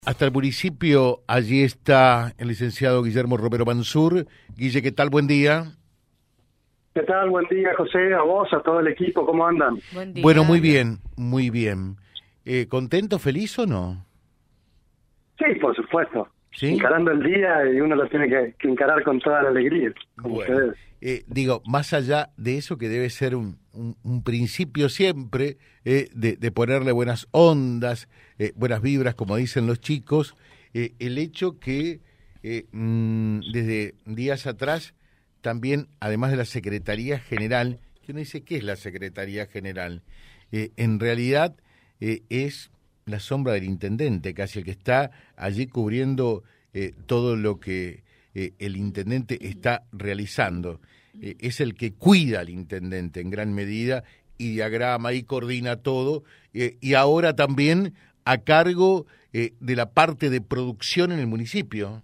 Hasta el municipio, allí está el licenciado Guillermo Romero Mansur. Guille, ¿qué tal? Buen día. ¿Qué tal? Buen día, José, a vos, a todo el equipo, ¿cómo andan? Buen día. Bueno, muy bien, muy bien. ¿Contento, feliz o no? Sí, por supuesto. ¿Sí? Encarando el día y uno lo tiene que encarar con toda la alegría, como Bueno, ustedes. digo, más allá de eso que debe ser un principio siempre, de ponerle buenas ondas, buenas vibras, como dicen los chicos, el hecho que desde días atrás también, además de la Secretaría General, que uno dice, ¿qué es la Secretaría General? En realidad es la sombra del intendente, casi el que está allí cubriendo todo lo que el intendente está realizando. Es el que cuida al intendente en gran medida y diagrama y coordina todo, y ahora también a cargo de la parte de producción en el municipio.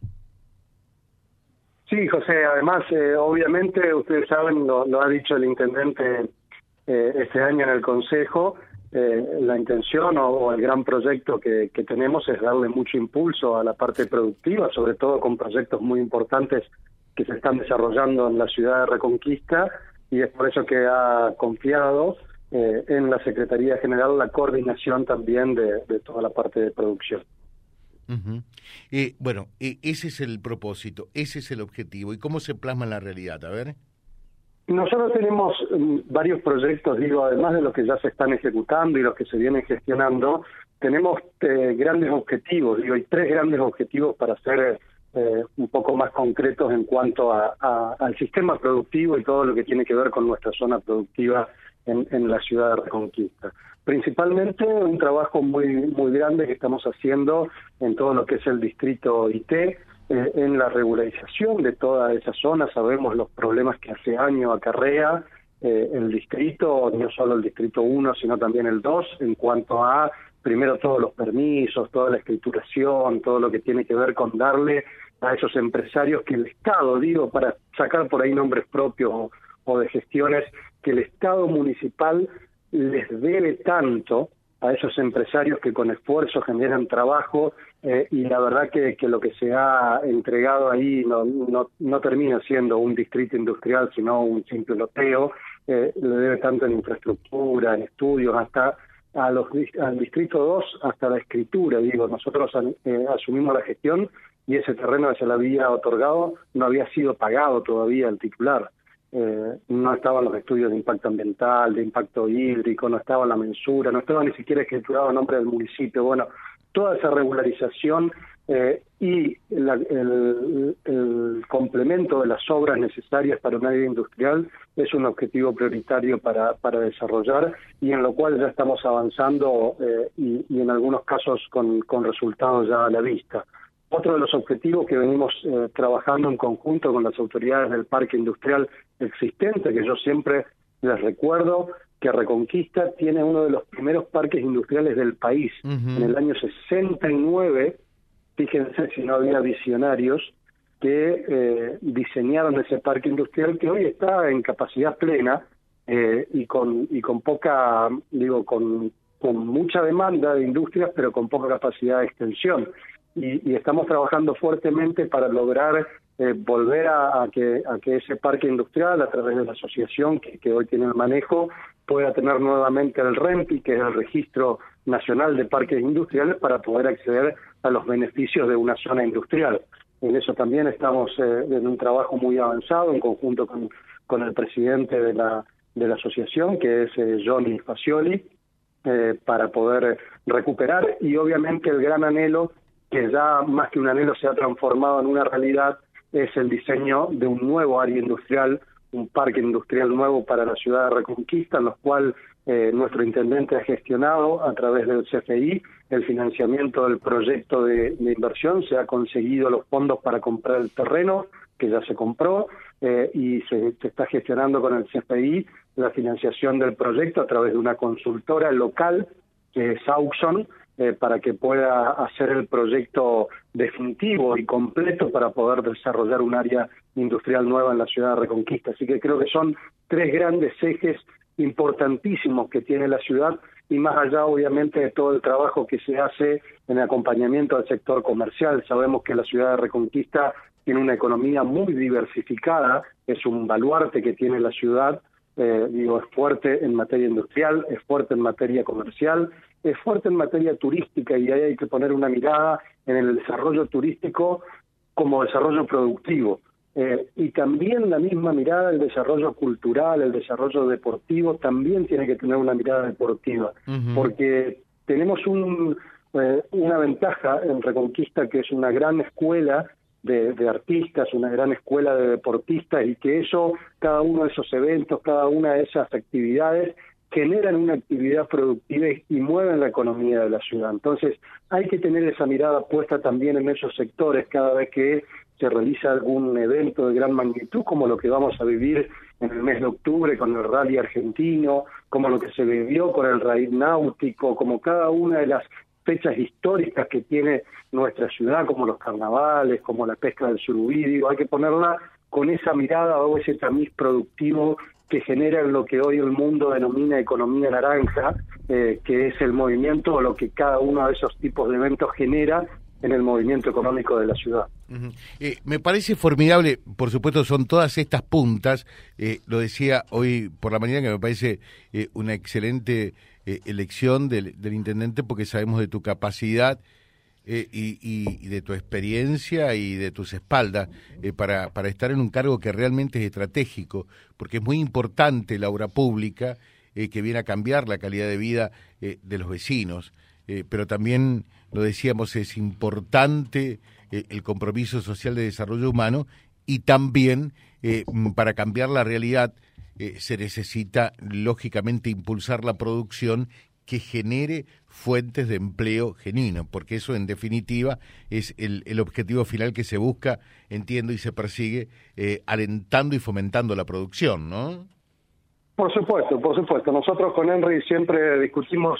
Sí, José, además, obviamente, ustedes saben, lo ha dicho el intendente este año en el Consejo, la intención o el gran proyecto que tenemos es darle mucho impulso a la parte productiva, sobre todo con proyectos muy importantes que se están desarrollando en la ciudad de Reconquista, y es por eso que ha confiado en la Secretaría General la coordinación también de toda la parte de producción. Uh-huh. Bueno, ese es el propósito, ese es el objetivo. ¿Y cómo se plasma en la realidad? A ver. Nosotros tenemos varios proyectos, digo, además de los que ya se están ejecutando y los que se vienen gestionando, tenemos grandes objetivos, digo, hay 3 grandes objetivos para ser un poco más concretos en cuanto al sistema productivo y todo lo que tiene que ver con nuestra zona productiva en la ciudad de Reconquista. Principalmente un trabajo muy grande que estamos haciendo en todo lo que es el distrito IT, en la regularización de toda esa zona. Sabemos los problemas que hace años acarrea el distrito, no solo el distrito 1, sino también el 2, en cuanto a, primero, todos los permisos, toda la escrituración, todo lo que tiene que ver con darle a esos empresarios que el Estado, digo, para sacar por ahí nombres propios o de gestiones, que el Estado municipal les debe tanto a esos empresarios que con esfuerzo generan trabajo, y la verdad que lo que se ha entregado ahí no termina siendo un distrito industrial, sino un simple loteo. Le debe tanto en infraestructura, en estudios, hasta al distrito 2, hasta la escritura. Digo, nosotros asumimos la gestión y ese terreno que se le había otorgado no había sido pagado todavía al titular. No estaban los estudios de impacto ambiental, de impacto hídrico, no estaba la mensura, no estaba ni siquiera escriturado a nombre del municipio. Bueno, toda esa regularización y el complemento de las obras necesarias para un área industrial es un objetivo prioritario para desarrollar, y en lo cual ya estamos avanzando y en algunos casos con resultados ya a la vista. Otro de los objetivos que venimos trabajando en conjunto con las autoridades del parque industrial existente, que yo siempre les recuerdo que Reconquista tiene uno de los primeros parques industriales del país. Uh-huh. En el año 69, fíjense si no había visionarios que diseñaron ese parque industrial, que hoy está en capacidad plena y con poca, digo, con mucha demanda de industrias, pero con poca capacidad de extensión. Y estamos trabajando fuertemente para lograr volver a que ese parque industrial, a través de la asociación que hoy tiene el manejo, pueda tener nuevamente el REMPI, que es el Registro Nacional de Parques Industriales, para poder acceder a los beneficios de una zona industrial. En eso también estamos en un trabajo muy avanzado, en conjunto con el presidente de la asociación, que es Johnny Facioli, para poder recuperar, y obviamente el gran anhelo, que ya más que un anhelo se ha transformado en una realidad, es el diseño de un nuevo área industrial, un parque industrial nuevo para la ciudad de Reconquista, en los cual nuestro intendente ha gestionado a través del CFI el financiamiento del proyecto de inversión. Se ha conseguido los fondos para comprar el terreno, que ya se compró, y se está gestionando con el CFI la financiación del proyecto a través de una consultora local, que es Auxon, para que pueda hacer el proyecto definitivo y completo para poder desarrollar un área industrial nueva en la ciudad de Reconquista. Así que creo que son 3 grandes ejes importantísimos que tiene la ciudad, y más allá obviamente de todo el trabajo que se hace en acompañamiento al sector comercial. Sabemos que la ciudad de Reconquista tiene una economía muy diversificada, es un baluarte que tiene la ciudad, es fuerte en materia industrial, es fuerte en materia comercial, es fuerte en materia turística, y ahí hay que poner una mirada en el desarrollo turístico como desarrollo productivo. Y también la misma mirada, el desarrollo cultural, el desarrollo deportivo, también tiene que tener una mirada deportiva, porque tenemos una ventaja en Reconquista, que es una gran escuela de artistas, una gran escuela de deportistas, y que cada uno de esos eventos, cada una de esas actividades generan una actividad productiva y mueven la economía de la ciudad. Entonces hay que tener esa mirada puesta también en esos sectores cada vez que se realiza algún evento de gran magnitud, como lo que vamos a vivir en el mes de octubre con el rally argentino, como lo que se vivió con el raid náutico, como cada una de las fechas históricas que tiene nuestra ciudad, como los carnavales, como la pesca del surubí. Digo, hay que ponerla con esa mirada o ese tamiz productivo que genera lo que hoy el mundo denomina economía naranja, que es el movimiento o lo que cada uno de esos tipos de eventos genera en el movimiento económico de la ciudad. Me parece formidable, por supuesto, son todas estas puntas, lo decía hoy por la mañana, que me parece una excelente elección del intendente, porque sabemos de tu capacidad y de tu experiencia y de tus espaldas para estar en un cargo que realmente es estratégico, porque es muy importante la obra pública que viene a cambiar la calidad de vida de los vecinos, pero también, lo decíamos, es importante el compromiso social de desarrollo humano, y también para cambiar la realidad se necesita, lógicamente, impulsar la producción que genere fuentes de empleo genuino, porque eso, en definitiva, es el objetivo final que se busca, entiendo, y se persigue alentando y fomentando la producción, ¿no? Por supuesto, por supuesto. Nosotros con Henry siempre discutimos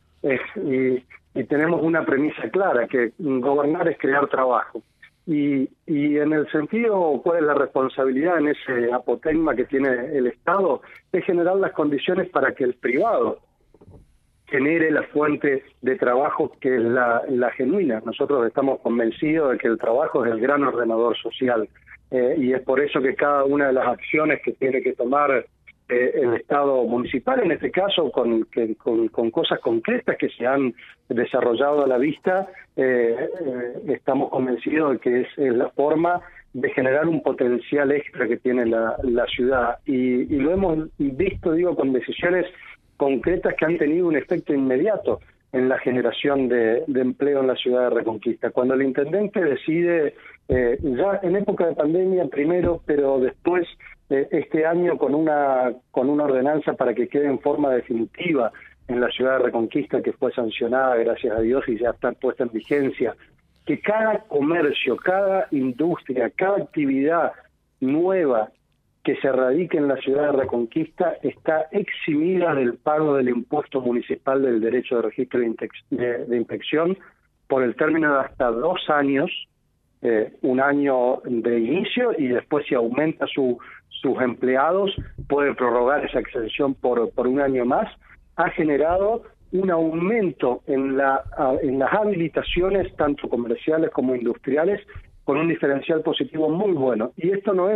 y tenemos una premisa clara, que gobernar es crear trabajo. Y en el sentido, ¿cuál es la responsabilidad en ese apotegma que tiene el Estado? Es generar las condiciones para que el privado genere la fuente de trabajo que es la genuina. Nosotros estamos convencidos de que el trabajo es el gran ordenador social, y es por eso que cada una de las acciones que tiene que tomar el Estado municipal, en este caso con cosas concretas que se han desarrollado a la vista, estamos convencidos de que es la forma de generar un potencial extra que tiene la ciudad, y lo hemos visto, digo, con decisiones concretas que han tenido un efecto inmediato en la generación de empleo en la ciudad de Reconquista. Cuando el intendente decide, ya en época de pandemia primero, pero después este año con una ordenanza para que quede en forma definitiva en la ciudad de Reconquista, que fue sancionada, gracias a Dios, y ya está puesta en vigencia, que cada comercio, cada industria, cada actividad nueva que se radique en la ciudad de Reconquista está eximida del pago del impuesto municipal del derecho de registro de inspección por el término de hasta 2 años, un año de inicio, y después, si aumenta sus empleados, puede prorrogar esa exención por 1 año más. Ha generado un aumento en las habilitaciones, tanto comerciales como industriales, con un diferencial positivo muy bueno. Y esto no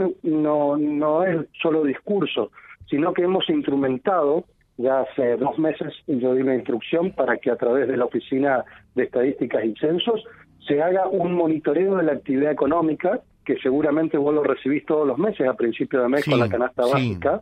es solo discurso, sino que hemos instrumentado, ya hace 2 meses yo di una instrucción para que a través de la Oficina de Estadísticas y Censos se haga un monitoreo de la actividad económica, que seguramente vos lo recibís todos los meses, a principio de mes, con la canasta básica,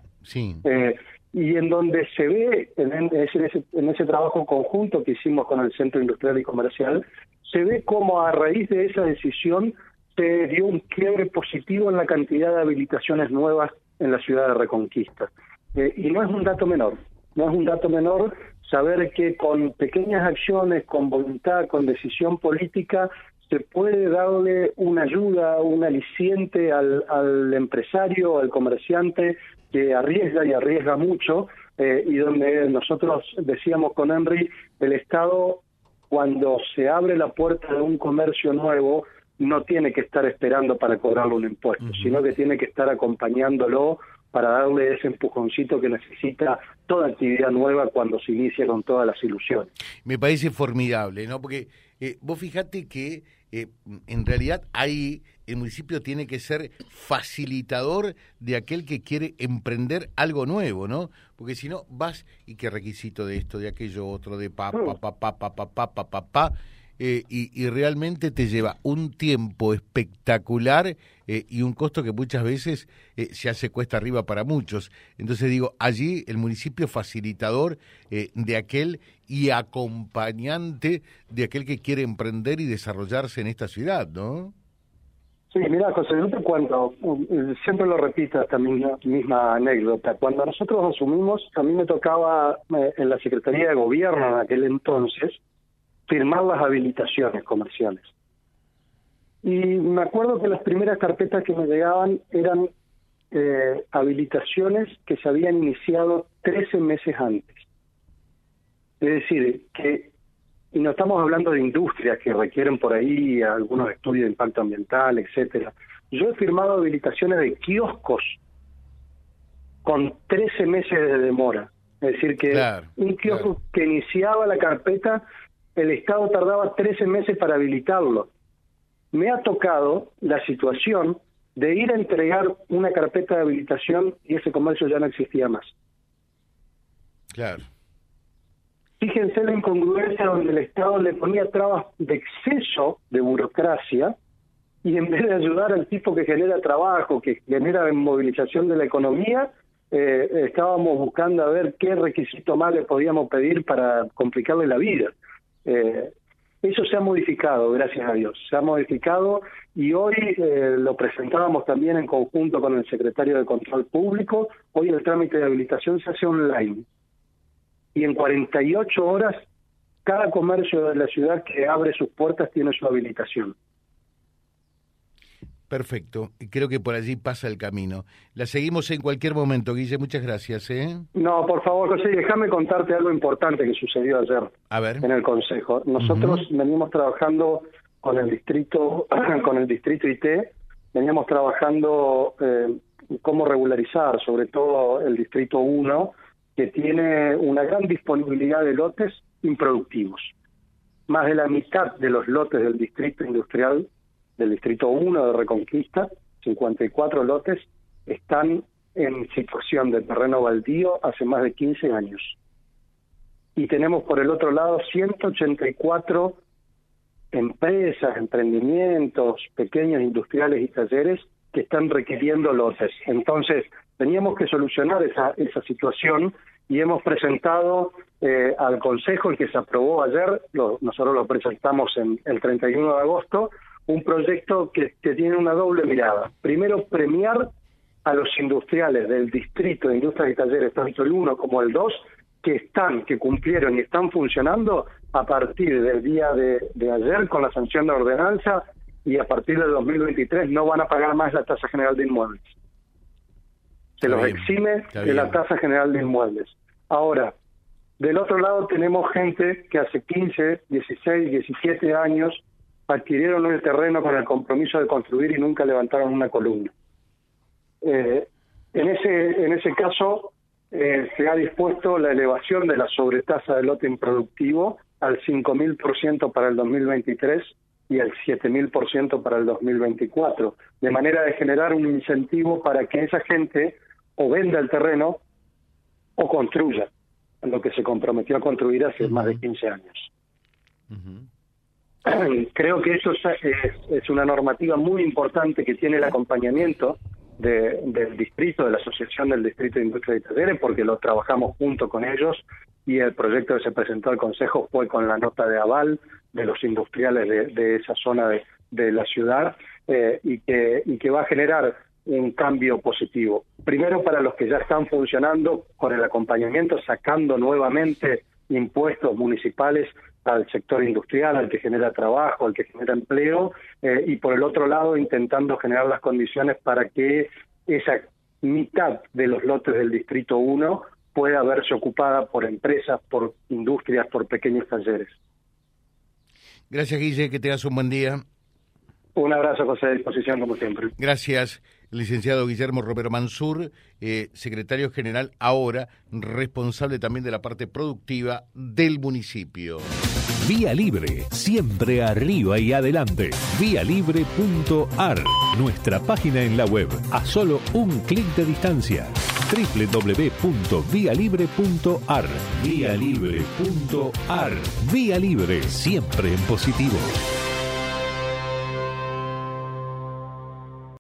y en donde se ve, en ese trabajo conjunto que hicimos con el Centro Industrial y Comercial, se ve cómo a raíz de esa decisión se dio un quiebre positivo en la cantidad de habilitaciones nuevas en la ciudad de Reconquista. Y no es un dato menor, saber que con pequeñas acciones, con voluntad, con decisión política, se puede darle una ayuda, un aliciente al empresario, al comerciante que arriesga mucho, y donde nosotros decíamos con Henry, el Estado, cuando se abre la puerta de un comercio nuevo, no tiene que estar esperando para cobrarle un impuesto, sino que tiene que estar acompañándolo para darle ese empujoncito que necesita toda actividad nueva cuando se inicia con todas las ilusiones. Me parece formidable, ¿no? Porque vos fijate que en realidad ahí el municipio tiene que ser facilitador de aquel que quiere emprender algo nuevo, ¿no? Porque si no, vas y qué requisito de esto, de aquello otro, de y realmente te lleva un tiempo espectacular y un costo que muchas veces se hace cuesta arriba para muchos. Entonces digo, allí el municipio facilitador de aquel y acompañante de aquel que quiere emprender y desarrollarse en esta ciudad, ¿no? Sí, mira, José, yo te cuento, siempre lo repito, esta misma anécdota. Cuando nosotros asumimos, a mí me tocaba en la Secretaría de Gobierno en aquel entonces firmar las habilitaciones comerciales. Y me acuerdo que las primeras carpetas que me llegaban eran habilitaciones que se habían iniciado 13 meses antes. Es decir, y no estamos hablando de industrias que requieren por ahí algunos estudios de impacto ambiental, etcétera. Yo he firmado habilitaciones de kioscos con 13 meses de demora. Es decir, que un kiosco que iniciaba la carpeta, el Estado tardaba 13 meses para habilitarlo. Me ha tocado la situación de ir a entregar una carpeta de habilitación y ese comercio ya no existía más. Claro. Fíjense la incongruencia donde el Estado le ponía trabas de exceso de burocracia y en vez de ayudar al tipo que genera trabajo, que genera movilización de la economía, estábamos buscando a ver qué requisito más le podíamos pedir para complicarle la vida. Eso se ha modificado, gracias a Dios. Se ha modificado y hoy lo presentábamos también en conjunto con el secretario de Control Público. Hoy el trámite de habilitación se hace online. Y en 48 horas, cada comercio de la ciudad que abre sus puertas tiene su habilitación. Perfecto. Creo que por allí pasa el camino. La seguimos en cualquier momento, Guille. Muchas gracias. No, por favor, José, déjame contarte algo importante que sucedió ayer. A ver. En el Consejo. Nosotros venimos trabajando con el distrito IT, veníamos trabajando cómo regularizar, sobre todo el distrito 1, que tiene una gran disponibilidad de lotes improductivos. Más de la mitad de los lotes del distrito industrial, del distrito 1 de Reconquista, 54 lotes, están en situación de terreno baldío hace más de 15 años. Y tenemos por el otro lado 184 empresas, emprendimientos, pequeños industriales y talleres que están requiriendo lotes. Entonces, teníamos que solucionar esa situación y hemos presentado al Consejo, el que se aprobó ayer, nosotros lo presentamos el 31 de agosto, un proyecto que tiene una doble mirada. Primero, premiar a los industriales del Distrito de Industrias y Talleres, tanto el 1 como el 2, que cumplieron y están funcionando a partir del día de ayer con la sanción de ordenanza, y a partir del 2023 no van a pagar más la tasa general de inmuebles. Se los exime de la tasa general de inmuebles. Ahora, del otro lado tenemos gente que hace 15, 16, 17 años adquirieron el terreno con el compromiso de construir y nunca levantaron una columna. En ese caso se ha dispuesto la elevación de la sobretasa del lote improductivo al 5.000% para el 2023 y al 7.000% para el 2024, de manera de generar un incentivo para que esa gente o venda el terreno o construya, en lo que se comprometió a construir hace más de 15 años. Creo que eso es una normativa muy importante que tiene el acompañamiento del distrito, de la Asociación del Distrito de Industria y Talleres, porque lo trabajamos junto con ellos, y el proyecto que se presentó al Consejo fue con la nota de aval de los industriales de esa zona de la ciudad, y que va a generar un cambio positivo. Primero, para los que ya están funcionando, con el acompañamiento, sacando nuevamente impuestos municipales al sector industrial, al que genera trabajo, al que genera empleo, y por el otro lado intentando generar las condiciones para que esa mitad de los lotes del Distrito 1 pueda verse ocupada por empresas, por industrias, por pequeños talleres. Gracias, Guille, que tengas un buen día. Un abrazo, José, a disposición como siempre. Gracias. el licenciado Guillermo Romero Mansur, secretario general ahora, responsable también de la parte productiva del municipio. Vía Libre, siempre arriba y adelante. Vialibre.ar, nuestra página en la web, a solo un clic de distancia. www.vialibre.ar. Vialibre.ar. Vía Libre, siempre en positivo.